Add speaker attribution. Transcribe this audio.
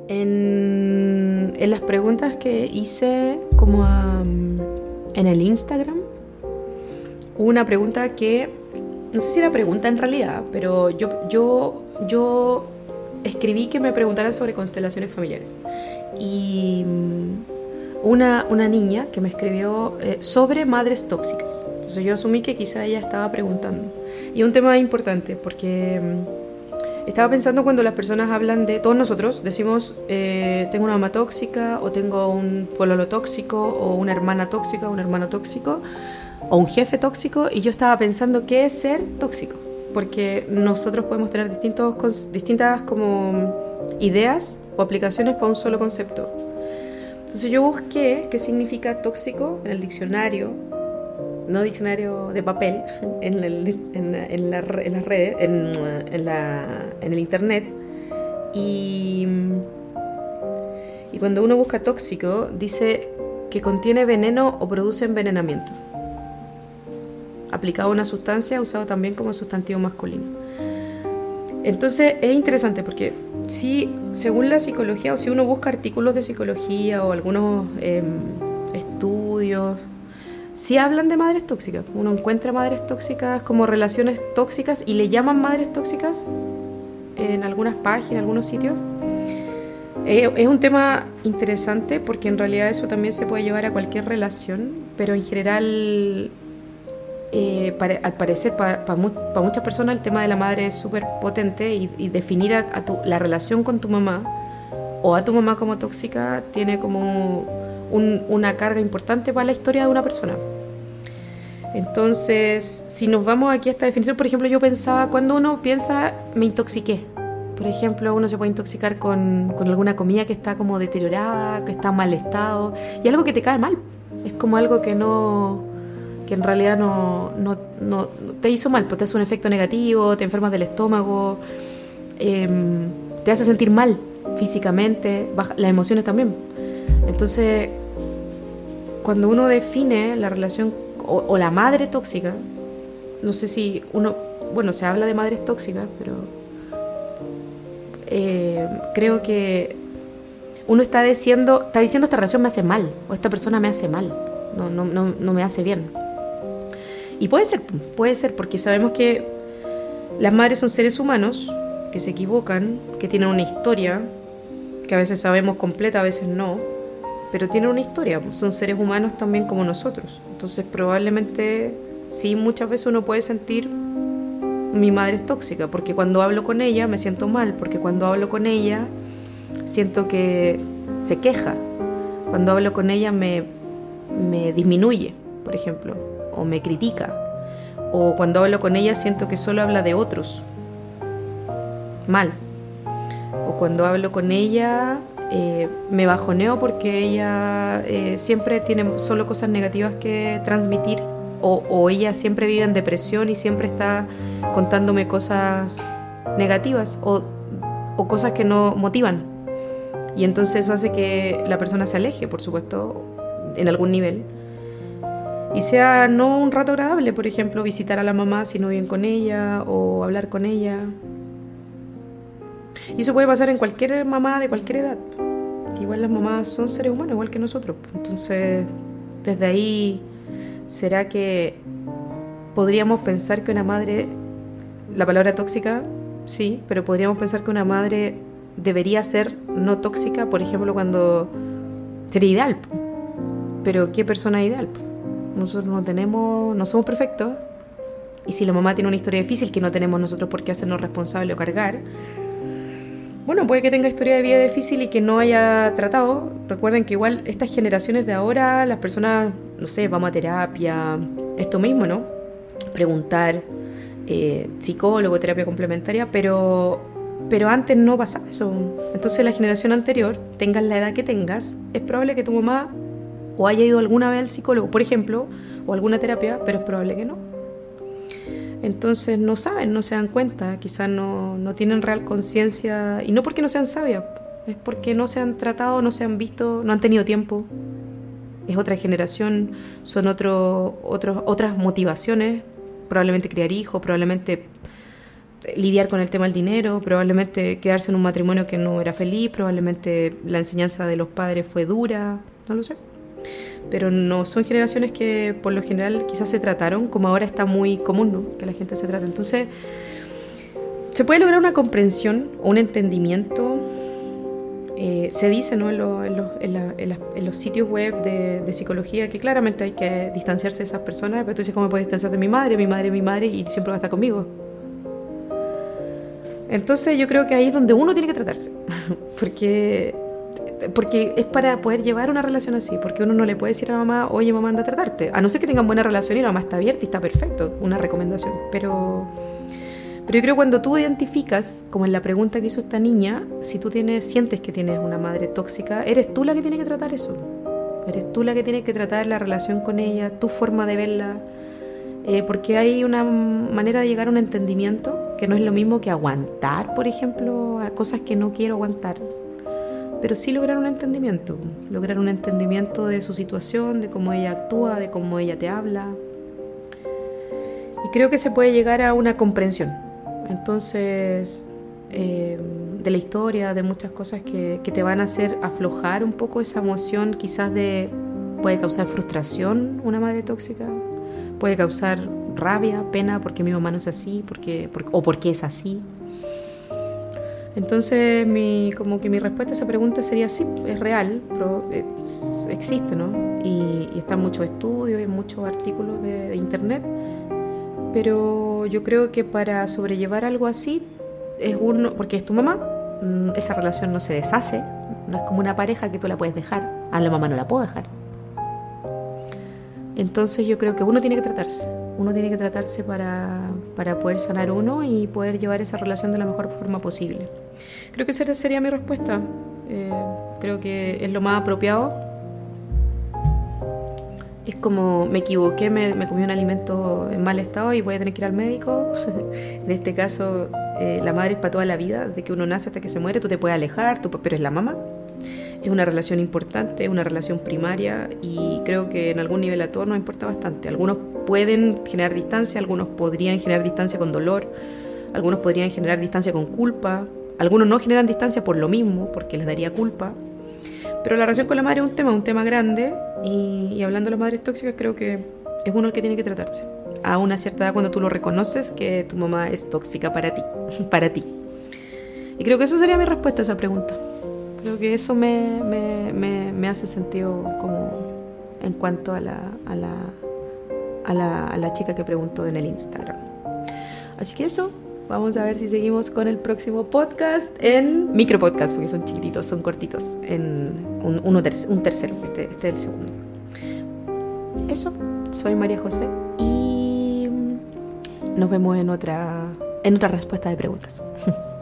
Speaker 1: En las preguntas que hice en el Instagram, hubo una pregunta que, no sé si era pregunta en realidad, pero yo escribí que me preguntaran sobre constelaciones familiares. Y una niña que me escribió sobre madres tóxicas. Entonces yo asumí que quizá ella estaba preguntando. Y es un tema importante porque estaba pensando cuando las personas hablan de... Todos nosotros decimos, tengo una mamá tóxica, o tengo un pololo tóxico, o una hermana tóxica, un hermano tóxico, o un jefe tóxico, y yo estaba pensando qué es ser tóxico. Porque nosotros podemos tener distintas como ideas o aplicaciones para un solo concepto. Entonces yo busqué qué significa tóxico en el diccionario, no diccionario de papel, en las redes, en el internet. Y cuando uno busca tóxico, dice que contiene veneno o produce envenenamiento, aplicado a una sustancia, usado también como sustantivo masculino. Entonces es interesante porque si, según la psicología, o si uno busca artículos de psicología o algunos estudios, sí hablan de madres tóxicas. Uno encuentra madres tóxicas como relaciones tóxicas y le llaman madres tóxicas en algunas páginas, en algunos sitios. Es un tema interesante porque en realidad eso también se puede llevar a cualquier relación, pero en general, al parecer, para muchas personas el tema de la madre es súper potente y definir la relación con tu mamá o a tu mamá como tóxica tiene como una carga importante para la historia de una persona. Entonces, si nos vamos aquí a esta definición, por ejemplo, yo pensaba, cuando uno piensa, me intoxiqué. Por ejemplo, uno se puede intoxicar con alguna comida que está como deteriorada, que está en mal estado, y algo que te cae mal. Es como algo que en realidad no te hizo mal, pues te hace un efecto negativo, te enfermas del estómago, te hace sentir mal físicamente, las emociones también. Entonces, cuando uno define la relación o la madre tóxica, no sé si se habla de madres tóxicas, pero creo que uno está diciendo esta relación me hace mal, o esta persona me hace mal, no me hace bien. Y puede ser porque sabemos que las madres son seres humanos que se equivocan, que tienen una historia, que a veces sabemos completa, a veces no, pero tienen una historia, son seres humanos también como nosotros. Entonces probablemente sí, muchas veces uno puede sentir mi madre es tóxica, porque cuando hablo con ella me siento mal, porque cuando hablo con ella siento que se queja, cuando hablo con ella me disminuye, por ejemplo, o me critica, o cuando hablo con ella siento que solo habla de otros mal, o cuando hablo con ella me bajoneo porque ella siempre tiene solo cosas negativas que transmitir, o ella siempre vive en depresión y siempre está contándome cosas negativas o cosas que no motivan, y entonces eso hace que la persona se aleje, por supuesto, en algún nivel, y sea no un rato agradable, por ejemplo, visitar a la mamá si no viven con ella o hablar con ella. Y eso puede pasar en cualquier mamá de cualquier edad. Igual las mamás son seres humanos, igual que nosotros. Entonces, desde ahí, ¿será que podríamos pensar que una madre, la palabra tóxica, sí, pero podríamos pensar que una madre debería ser no tóxica, por ejemplo, cuando sería ideal? Pero ¿qué persona es ideal? Nosotros no somos perfectos, y si la mamá tiene una historia difícil que no tenemos nosotros por qué hacernos responsables o cargar, bueno, puede que tenga historia de vida difícil y que no haya tratado. Recuerden que igual estas generaciones de ahora, las personas, no sé, vamos a terapia, esto mismo, ¿no? Preguntar, psicólogo, terapia complementaria, pero antes no pasaba eso. Entonces la generación anterior, tengas la edad que tengas, es probable que tu mamá o haya ido alguna vez al psicólogo, por ejemplo, o alguna terapia, pero es probable que no. Entonces no saben, no se dan cuenta, quizás no tienen real conciencia, y no porque no sean sabias, es porque no se han tratado, no se han visto, no han tenido tiempo. Es otra generación, son otras motivaciones, probablemente criar hijos, probablemente lidiar con el tema del dinero, probablemente quedarse en un matrimonio que no era feliz, probablemente la enseñanza de los padres fue dura, no lo sé. Pero no son generaciones que por lo general quizás se trataron, como ahora está muy común, ¿no? Que la gente se trata. Entonces, se puede lograr una comprensión o un entendimiento. Se dice, ¿no? en los sitios web de psicología que claramente hay que distanciarse de esas personas, pero tú dices, ¿cómo puedes distanciarte de mi madre? Mi madre es mi madre y siempre va a estar conmigo. Entonces yo creo que ahí es donde uno tiene que tratarse, porque es para poder llevar una relación así, porque uno no le puede decir a la mamá, oye mamá, anda a tratarte, a no ser que tengan buena relación y la mamá está abierta y está perfecto, una recomendación, pero yo creo que cuando tú identificas, como en la pregunta que hizo esta niña, si tú sientes que tienes una madre tóxica, eres tú la que tiene que tratar eso, eres tú la que tiene que tratar la relación con ella, tu forma de verla, porque hay una manera de llegar a un entendimiento que no es lo mismo que aguantar, por ejemplo, a cosas que no quiero aguantar, pero sí lograr un entendimiento de su situación, de cómo ella actúa, de cómo ella te habla, y creo que se puede llegar a una comprensión, entonces, de la historia, de muchas cosas que te van a hacer aflojar un poco esa emoción, quizás puede causar frustración una madre tóxica, puede causar rabia, pena porque mi mamá no es así, o porque es así. Entonces como que mi respuesta a esa pregunta sería sí, es real, pero existe, ¿no? Y están muchos estudios y muchos artículos de internet, pero yo creo que para sobrellevar algo así porque es tu mamá, esa relación no se deshace, no es como una pareja que tú la puedes dejar, a la mamá no la puedo dejar. Entonces yo creo que uno tiene que tratarse para poder sanar uno y poder llevar esa relación de la mejor forma posible. Creo que esa sería mi respuesta. Creo que es lo más apropiado. Es como me equivoqué, me comí un alimento en mal estado y voy a tener que ir al médico. En este caso, la madre es para toda la vida, desde que uno nace hasta que se muere. Tú te puedes alejar, pero es la mamá. Es una relación importante, es una relación primaria y creo que en algún nivel a todos nos importa bastante. Algunos pueden generar distancia, algunos podrían generar distancia con dolor, algunos podrían generar distancia con culpa, algunos no generan distancia por lo mismo, porque les daría culpa. Pero la relación con la madre es un tema grande y hablando de las madres tóxicas creo que es uno el que tiene que tratarse. A una cierta edad cuando tú lo reconoces que tu mamá es tóxica para ti. Y creo que eso sería mi respuesta a esa pregunta. Creo que eso me hace sentido como en cuanto a la chica que preguntó en el Instagram. Así que eso, vamos a ver si seguimos con el próximo podcast en micropodcast, porque son chiquititos, son cortitos, en un tercero, este es el segundo. Eso, soy María José y nos vemos en otra respuesta de preguntas.